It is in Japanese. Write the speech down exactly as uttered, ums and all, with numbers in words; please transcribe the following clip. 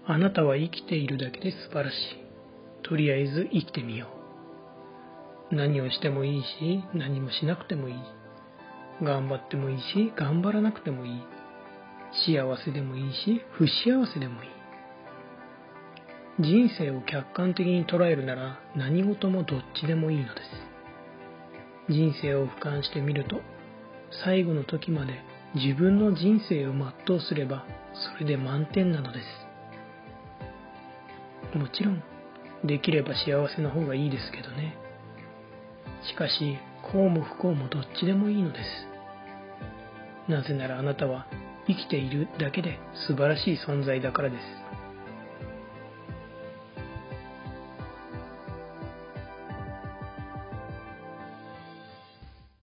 あなたは生きているだけで素晴らしい。とりあえず生きてみよう。何をしてもいいし、何もしなくてもいい。頑張ってもいいし、頑張らなくてもいい。幸せでもいいし、不幸せでもいい。人生を客観的に捉えるなら何事もどっちでもいいのです。人生を俯瞰してみると、最後の時まで自分の人生を全うすればそれで満点なのです。もちろん、できれば幸せな方がいいですけどね。しかし、幸も不幸もどっちでもいいのです。なぜならあなたは生きているだけで素晴らしい存在だからです。